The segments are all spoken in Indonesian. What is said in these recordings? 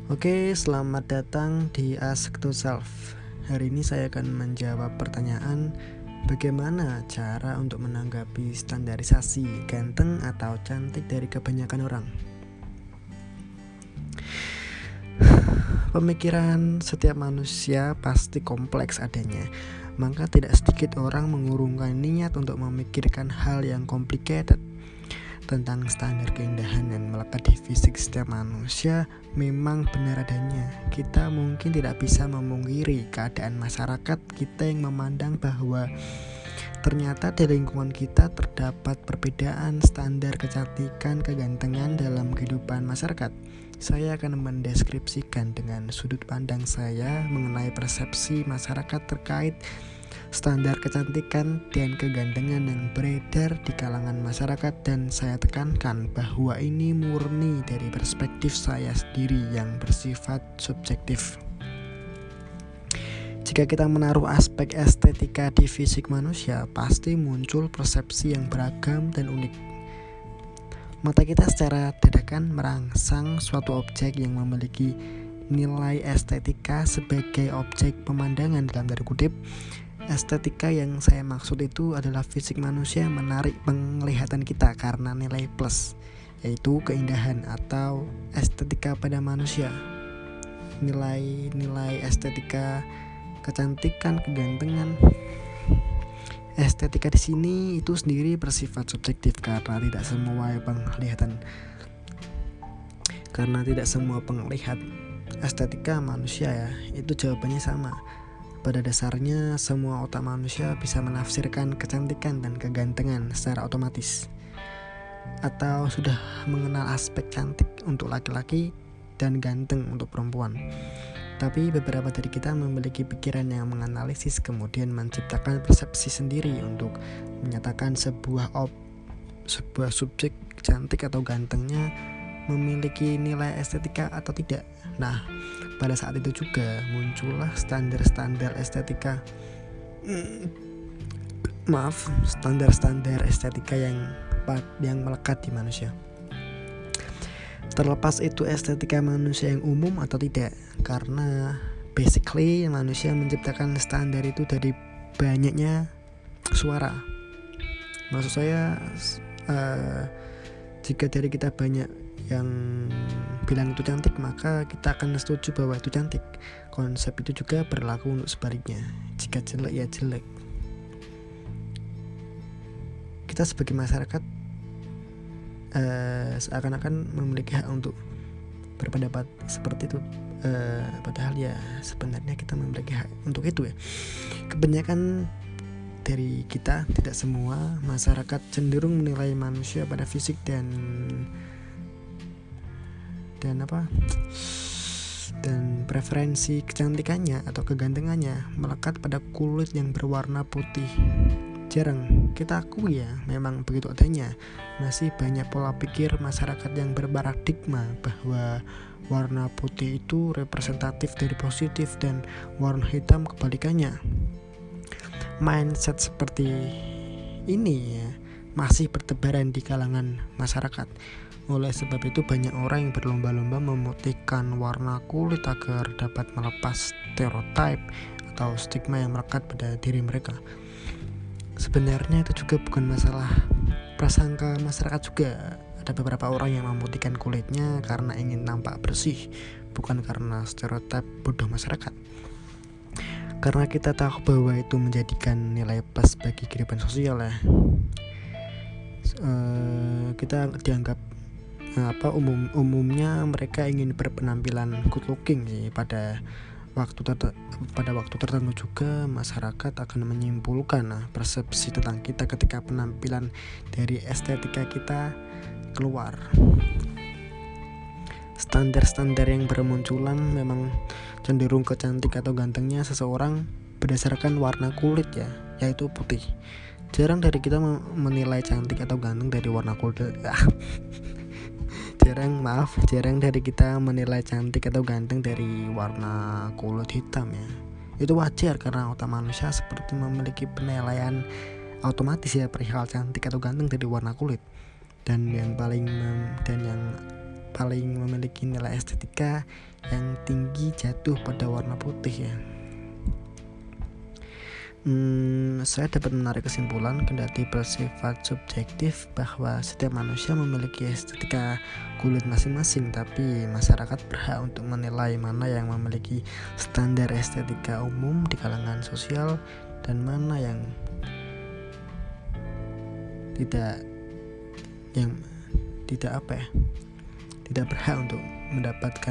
Oke, selamat datang di Ask to Self. Hari ini saya akan menjawab pertanyaan bagaimana cara untuk menanggapi standarisasi ganteng atau cantik dari kebanyakan orang. Pemikiran setiap manusia pasti kompleks adanya, maka tidak sedikit orang mengurungkan niat untuk memikirkan hal yang complicated tentang standar keindahan yang melekat di fisik setiap manusia. Memang benar adanya. Kita mungkin tidak bisa memungkiri keadaan masyarakat kita yang memandang bahwa ternyata di lingkungan kita terdapat perbedaan standar kecantikan, kegantengan dalam kehidupan masyarakat. Saya akan mendeskripsikan dengan sudut pandang saya mengenai persepsi masyarakat terkait standar kecantikan dan kegantengan yang beredar di kalangan masyarakat, dan saya tekankan bahwa ini murni dari perspektif saya sendiri yang bersifat subjektif. Jika kita menaruh aspek estetika di fisik manusia, pasti muncul persepsi yang beragam dan unik. Mata kita secara dadakan merangsang suatu objek yang memiliki nilai estetika sebagai objek pemandangan dalam tanda kutip. Estetika yang saya maksud itu adalah fisik manusia yang menarik penglihatan kita karena nilai plus, yaitu keindahan atau estetika pada manusia. Nilai estetika, kecantikan, kegantengan. Estetika di sini itu sendiri bersifat subjektif karena tidak semua penglihat estetika manusia itu jawabannya sama. Pada dasarnya, semua otak manusia bisa menafsirkan kecantikan dan kegantengan secara otomatis, atau sudah mengenal aspek cantik untuk laki-laki dan ganteng untuk perempuan. Tapi beberapa dari kita memiliki pikiran yang menganalisis kemudian menciptakan persepsi sendiri untuk menyatakan sebuah subjek cantik atau gantengnya memiliki nilai estetika atau tidak. Nah, pada saat itu juga muncullah standar-standar estetika yang melekat di manusia. Terlepas itu estetika manusia yang umum atau tidak, karena basically manusia menciptakan standar itu dari banyaknya suara. Maksud saya, jika dari kita banyak yang bilang itu cantik, maka kita akan setuju bahwa itu cantik. Konsep itu juga berlaku untuk sebaliknya. Jika jelek ya jelek. Kita sebagai masyarakat seakan-akan memiliki hak untuk berpendapat seperti itu, padahal ya sebenarnya kita memiliki hak untuk itu ya. Kebanyakan dari kita, tidak semua masyarakat, cenderung menilai manusia pada fisik dan preferensi kecantikannya atau kegantengannya melekat pada kulit yang berwarna putih. Jarang kita akui ya, memang begitu adanya. Masih banyak pola pikir masyarakat yang berparadigma bahwa warna putih itu representatif dari positif dan warna hitam kebalikannya. Mindset seperti ini ya masih bertebaran di kalangan masyarakat. Oleh sebab itu banyak orang yang berlomba-lomba memutihkan warna kulit agar dapat melepas stereotip atau stigma yang melekat pada diri mereka. Sebenarnya itu juga bukan masalah prasangka masyarakat juga. Ada beberapa orang yang memutihkan kulitnya karena ingin nampak bersih, bukan karena stereotip bodoh masyarakat. Karena kita tahu bahwa itu menjadikan nilai plus bagi kehidupan sosial ya. Kita dianggap umumnya mereka ingin berpenampilan good looking sih. Pada waktu tertentu juga masyarakat akan menyimpulkan persepsi tentang kita ketika penampilan dari estetika kita keluar. Standar-standar yang bermunculan memang cenderung kecantik atau gantengnya seseorang berdasarkan warna kulit ya, yaitu putih. Jarang dari kita menilai cantik atau ganteng dari warna kulit. Jarang dari kita menilai cantik atau ganteng dari warna kulit hitam ya. Itu wajar karena otak manusia seperti memiliki penilaian otomatis ya perihal cantik atau ganteng dari warna kulit. Dan yang paling memiliki nilai estetika yang tinggi jatuh pada warna putih ya. Saya dapat menarik kesimpulan kendati bersifat subjektif bahwa setiap manusia memiliki estetika kulit masing-masing, tapi masyarakat berhak untuk menilai mana yang memiliki standar estetika umum di kalangan sosial dan mana yang tidak berhak untuk mendapatkan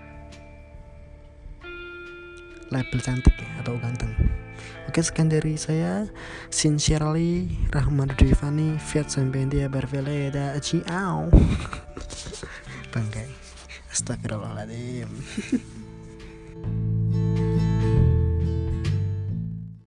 label cantik ya, atau ganteng. Oke, sekian dari saya. Sincerely, Rahman Devani, Fiat Sampendia Berveleda, Ciao. Bangkai. Astagfirullahaladzim.